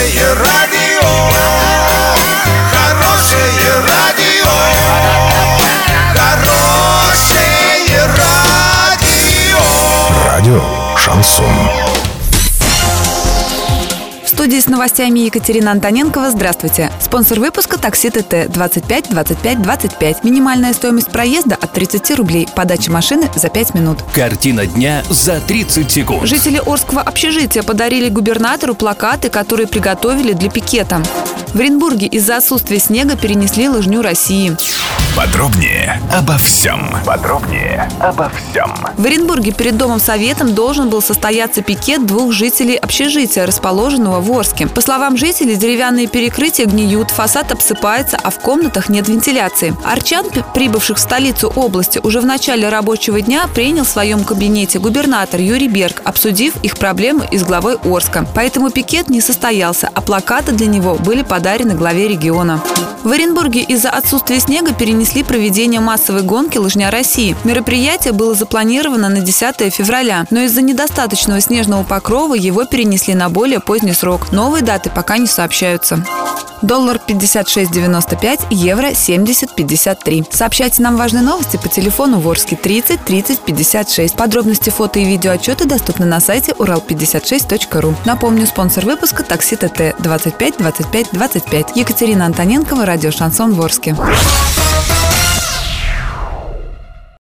Хорошее радио, хорошее радио, хорошее радио. Радио «Шансон». В студии с новостями Екатерина Антоненкова. Здравствуйте. Спонсор выпуска — такси ТТ 25 25 25. Минимальная стоимость проезда от 30 рублей. Подача машины за 5 минут. Картина дня за 30 секунд. Жители Орского общежития подарили губернатору плакаты, которые приготовили для пикета. В Оренбурге из-за отсутствия снега перенесли лыжню России. Подробнее обо всем. В Оренбурге перед Домом Советом должен был состояться пикет двух жителей общежития, расположенного в Орске. По словам жителей, деревянные перекрытия гниют, фасад обсыпается, а в комнатах нет вентиляции. Арчан, прибывших в столицу области, уже в начале рабочего дня принял в своем кабинете губернатор Юрий Берг, обсудив их проблемы и с главой Орска. Поэтому пикет не состоялся, а плакаты для него были подарены главе региона. В Оренбурге из-за отсутствия снега перенесли проведение массовой гонки «Лыжня России». Мероприятие было запланировано на 10 февраля, но из-за недостаточного снежного покрова его перенесли на более поздний срок. Новые даты пока не сообщаются. Доллар 56.95, евро 70.53. Сообщайте нам важные новости по телефону Ворске 30 30 56. Подробности, фото и видеоотчеты доступны на сайте урал56.ру. Напомню, спонсор выпуска — такси ТТ 25 25 25. Екатерина Антоненкова, радио «Шансон» в Орске.